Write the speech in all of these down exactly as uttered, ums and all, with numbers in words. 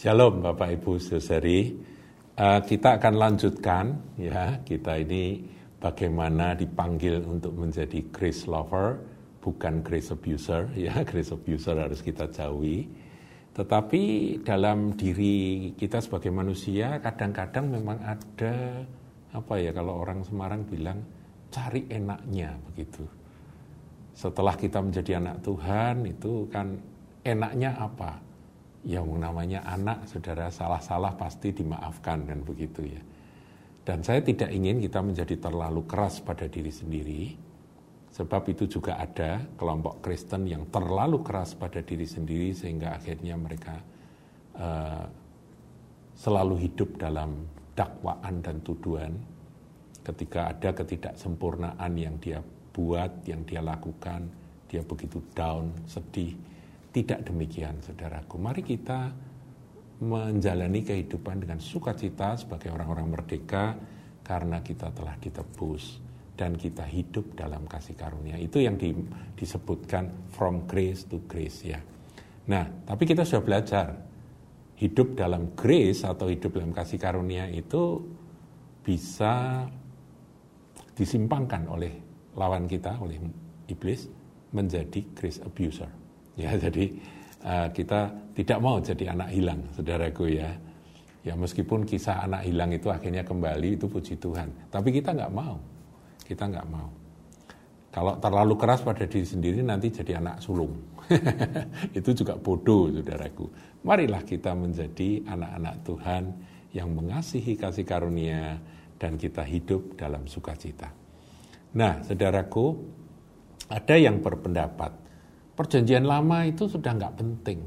Shalom Bapak Ibu Saudari, uh, kita akan lanjutkan ya, kita ini bagaimana dipanggil untuk menjadi grace lover, bukan grace abuser ya, grace abuser harus kita jauhi. Tetapi dalam diri kita sebagai manusia kadang-kadang memang ada apa ya, kalau orang Semarang bilang cari enaknya begitu. Setelah kita menjadi anak Tuhan itu kan enaknya apa? Yang namanya anak, saudara, salah-salah pasti dimaafkan kan begitu ya. Dan saya tidak ingin kita menjadi terlalu keras pada diri sendiri, sebab itu juga ada kelompok Kristen yang terlalu keras pada diri sendiri sehingga akhirnya mereka uh, selalu hidup dalam dakwaan dan tuduhan. Ketika ada ketidaksempurnaan yang dia buat, yang dia lakukan, dia begitu down, sedih. Tidak demikian, saudaraku. Mari kita menjalani kehidupan dengan sukacita sebagai orang-orang merdeka karena kita telah ditebus dan kita hidup dalam kasih karunia. Itu yang di, disebutkan from grace to grace ya. Nah, tapi kita sudah belajar hidup dalam grace atau hidup dalam kasih karunia itu bisa disimpangkan oleh lawan kita, oleh iblis, menjadi grace abuser. Ya, jadi uh, kita tidak mau jadi anak hilang, saudaraku ya. Ya meskipun kisah anak hilang itu akhirnya kembali, itu puji Tuhan. Tapi kita nggak mau, kita nggak mau. Kalau terlalu keras pada diri sendiri nanti jadi anak sulung. Itu juga bodoh, saudaraku. Marilah kita menjadi anak-anak Tuhan yang mengasihi kasih karunia dan kita hidup dalam sukacita. Nah, saudaraku, ada yang berpendapat Perjanjian lama itu sudah nggak penting.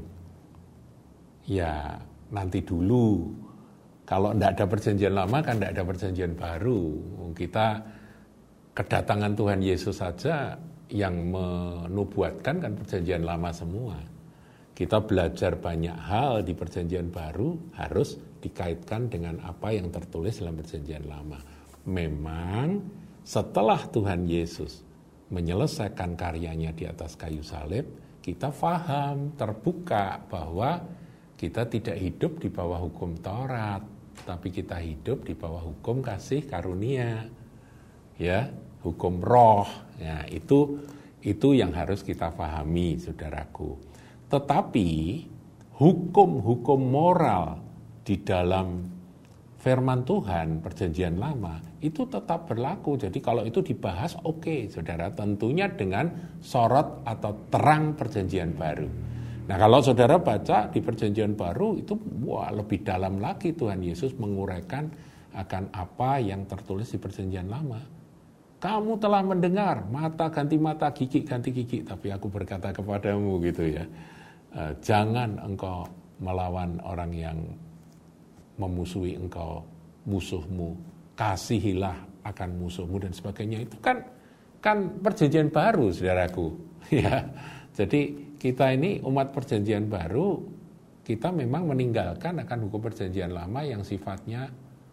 Ya, nanti dulu. Kalau nggak ada perjanjian lama, kan nggak ada perjanjian baru. Kita kedatangan Tuhan Yesus saja yang menubuatkan kan perjanjian lama semua. Kita belajar banyak hal di perjanjian baru harus dikaitkan dengan apa yang tertulis dalam perjanjian lama. Memang setelah Tuhan Yesus menyelesaikan karyanya di atas kayu salib, kita faham, terbuka bahwa kita tidak hidup di bawah hukum Taurat, tapi kita hidup di bawah hukum kasih karunia, ya, hukum roh. Ya, itu itu yang harus kita pahami, saudaraku. Tetapi hukum-hukum moral di dalam firman Tuhan, perjanjian lama, itu tetap berlaku. Jadi kalau itu dibahas, oke, okay, saudara, tentunya dengan sorot atau terang perjanjian baru. Nah kalau saudara baca di perjanjian baru, itu wah lebih dalam lagi Tuhan Yesus menguraikan akan apa yang tertulis di perjanjian lama. Kamu telah mendengar, mata ganti mata, gigi ganti gigi, tapi aku berkata kepadamu gitu ya, uh, jangan engkau melawan orang yang memusuhi engkau, musuhmu, kasihilah akan musuhmu dan sebagainya. Itu kan kan perjanjian baru, saudaraku. Ya, jadi kita ini umat perjanjian baru, kita memang meninggalkan akan hukum perjanjian lama yang sifatnya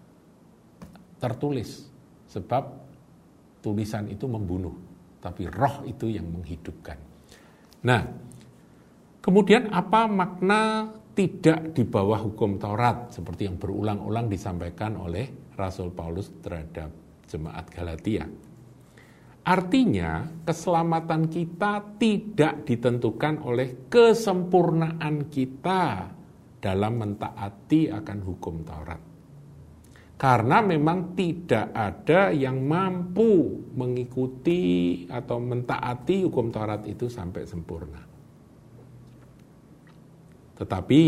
tertulis, sebab tulisan itu membunuh, tapi roh itu yang menghidupkan. Nah, kemudian apa makna tidak di bawah hukum Taurat seperti yang berulang-ulang disampaikan oleh Rasul Paulus terhadap jemaat Galatia? Artinya keselamatan kita tidak ditentukan oleh kesempurnaan kita dalam mentaati akan hukum Taurat. Karena memang tidak ada yang mampu mengikuti atau mentaati hukum Taurat itu sampai sempurna. Tetapi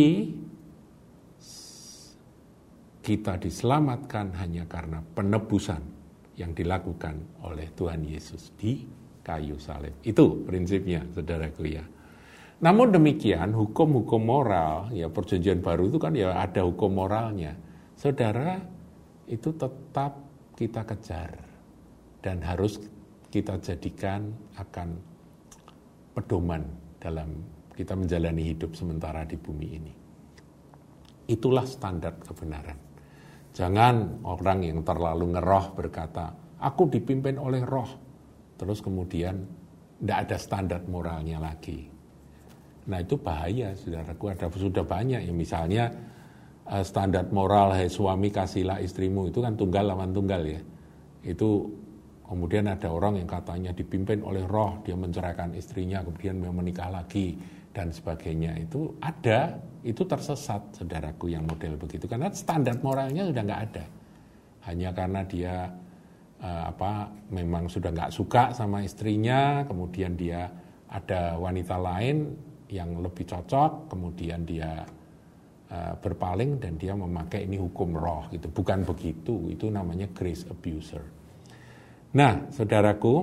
kita diselamatkan hanya karena penebusan yang dilakukan oleh Tuhan Yesus di kayu salib. Itu prinsipnya, saudaraku ya. Namun demikian, hukum-hukum moral, ya perjanjian baru itu kan ya ada hukum moralnya. Saudara, itu tetap kita kejar dan harus kita jadikan akan pedoman dalam kita menjalani hidup sementara di bumi ini. Itulah standar kebenaran. Jangan orang yang terlalu ngeroh berkata, aku dipimpin oleh roh. Terus kemudian tidak ada standar moralnya lagi. Nah itu bahaya, saudaraku. Ada sudah banyak ya, misalnya uh, standar moral, hai suami kasihlah istrimu, itu kan tunggal lawan tunggal ya. Itu kemudian ada orang yang katanya dipimpin oleh roh, dia menceraikan istrinya, kemudian mau menikah lagi, dan sebagainya. Itu ada, itu tersesat, saudaraku, yang model begitu. Karena standar moralnya sudah nggak ada. Hanya karena dia uh, apa memang sudah nggak suka sama istrinya, kemudian dia ada wanita lain yang lebih cocok, kemudian dia uh, berpaling dan dia memakai ini hukum roh gitu. Bukan begitu, itu namanya grace abuser. Nah, saudaraku,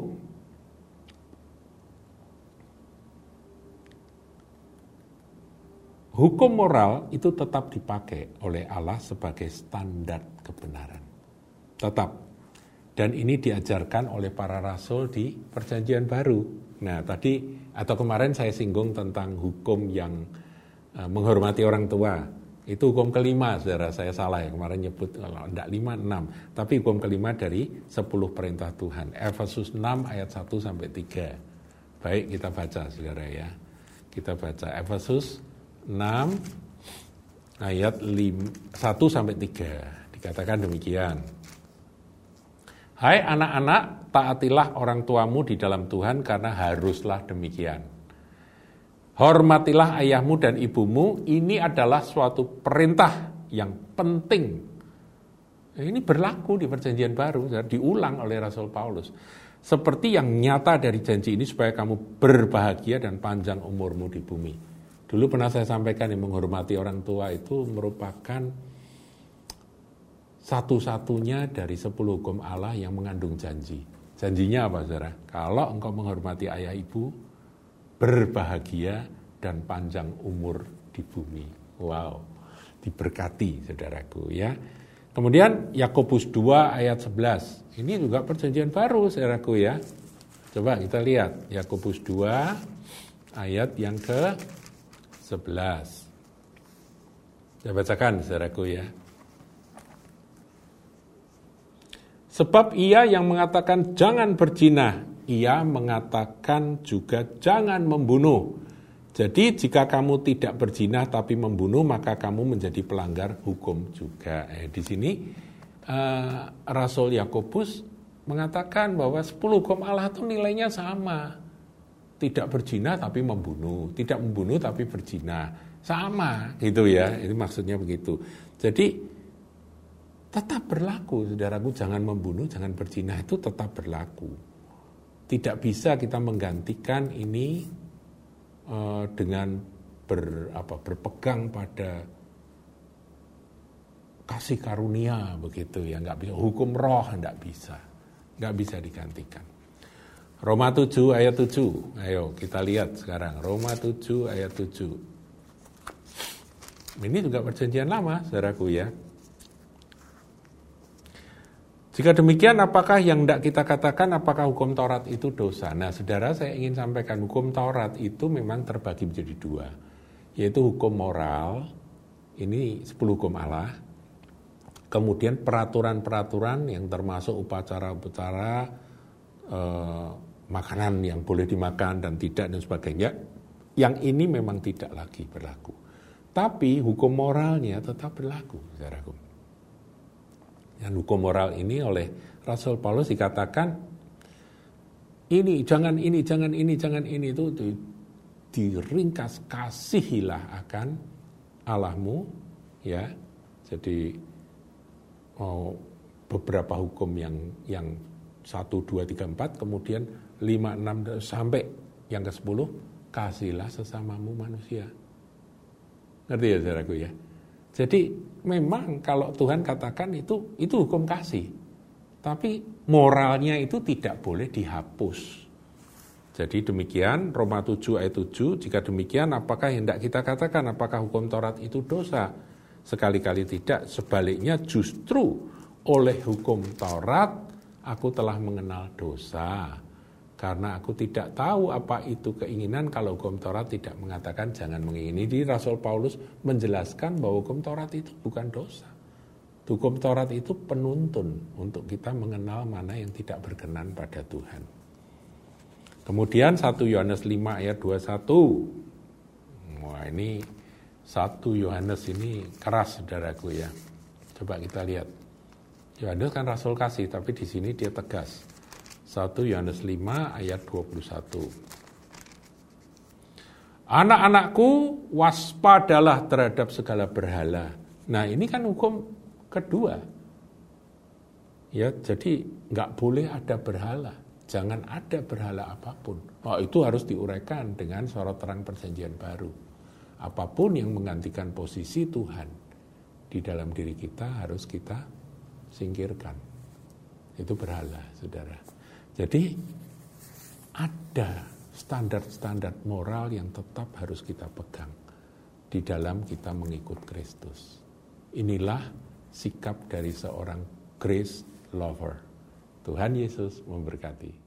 hukum moral itu tetap dipakai oleh Allah sebagai standar kebenaran. Tetap. Dan ini diajarkan oleh para rasul di Perjanjian Baru. Nah, tadi atau kemarin saya singgung tentang hukum yang uh, menghormati orang tua. Itu hukum kelima, saudara, saya salah ya, kemarin nyebut kalau enggak lima, enam. Tapi hukum kelima dari sepuluh perintah Tuhan. Efesus enam ayat satu sampai tiga. Baik, kita baca, saudara ya. Kita baca Efesus enam ayat satu sampai tiga. Dikatakan demikian. Hai anak-anak, taatilah orang tuamu di dalam Tuhan karena haruslah demikian. Hormatilah ayahmu dan ibumu, ini adalah suatu perintah yang penting. Ini berlaku di Perjanjian Baru, diulang oleh Rasul Paulus. Seperti yang nyata dari janji ini supaya kamu berbahagia dan panjang umurmu di bumi. Dulu pernah saya sampaikan yang menghormati orang tua itu merupakan satu-satunya dari sepuluh hukum Allah yang mengandung janji. Janjinya apa, saudara? Kalau engkau menghormati ayah ibu, berbahagia dan panjang umur di bumi. Wow, diberkati, saudaraku ya. Kemudian Yakobus dua ayat sebelas. Ini juga Perjanjian Baru, saudaraku ya. Coba kita lihat Yakobus dua ayat yang ke sebelas. Saya bacakan, saudaraku ya. Sebab ia yang mengatakan jangan berzina, ia mengatakan juga jangan membunuh. Jadi jika kamu tidak berzina tapi membunuh, maka kamu menjadi pelanggar hukum juga. Eh, di sini uh, Rasul Yakobus mengatakan bahwa sepuluh hukum Allah itu nilainya sama. Tidak berzina tapi membunuh, tidak membunuh tapi berzina. Sama gitu ya, ini maksudnya begitu. Jadi tetap berlaku, saudaraku, jangan membunuh, jangan berzina, itu tetap berlaku. Tidak bisa kita menggantikan ini uh, dengan ber, apa, berpegang pada kasih karunia begitu ya, nggak bisa. Hukum roh nggak bisa, nggak bisa digantikan. Roma tujuh ayat tujuh, ayo kita lihat sekarang Roma tujuh ayat tujuh. Ini juga Perjanjian Lama, saudaraku ya. Jika demikian, apakah yang tidak kita katakan, apakah hukum Taurat itu dosa? Nah, saudara, saya ingin sampaikan hukum Taurat itu memang terbagi menjadi dua, yaitu hukum moral, ini sepuluh hukum Allah, kemudian peraturan-peraturan yang termasuk upacara-upacara, eh, makanan yang boleh dimakan dan tidak dan sebagainya, yang ini memang tidak lagi berlaku. Tapi hukum moralnya tetap berlaku, saudaraku. Dan hukum moral ini oleh Rasul Paulus dikatakan ini, jangan ini, jangan ini, jangan ini, itu di, diringkas, kasihilah akan Allahmu, ya. Jadi oh, beberapa hukum yang yang satu, dua, tiga, empat, kemudian lima, enam sampai yang ke sepuluh, kasihlah sesamamu manusia. Ngerti ya, saudaraku ya? Jadi memang kalau Tuhan katakan itu itu hukum kasih, tapi moralnya itu tidak boleh dihapus. Jadi demikian Roma tujuh ayat tujuh, jika demikian apakah hendak kita katakan apakah hukum Taurat itu dosa? Sekali-kali tidak, sebaliknya justru oleh hukum Taurat aku telah mengenal dosa. Karena aku tidak tahu apa itu keinginan kalau hukum Taurat tidak mengatakan jangan mengingini. Jadi Rasul Paulus menjelaskan bahwa hukum Taurat itu bukan dosa. Hukum Taurat itu penuntun untuk kita mengenal mana yang tidak berkenan pada Tuhan. Kemudian satu Yohanes lima ayat dua puluh satu. Wah, ini satu Yohanes ini keras, saudaraku ya. Coba kita lihat. Yohanes kan rasul kasih, tapi di sini dia tegas. satu Yohanes lima ayat dua puluh satu. Anak-anakku, waspadalah terhadap segala berhala. Nah, ini kan hukum kedua. Ya, jadi nggak boleh ada berhala. Jangan ada berhala apapun. Oh, itu harus diuraikan dengan sorot terang perjanjian baru. Apapun yang menggantikan posisi Tuhan di dalam diri kita harus kita singkirkan. Itu berhala, saudara. Jadi ada standar-standar moral yang tetap harus kita pegang di dalam kita mengikut Kristus. Inilah sikap dari seorang grace lover. Tuhan Yesus memberkati.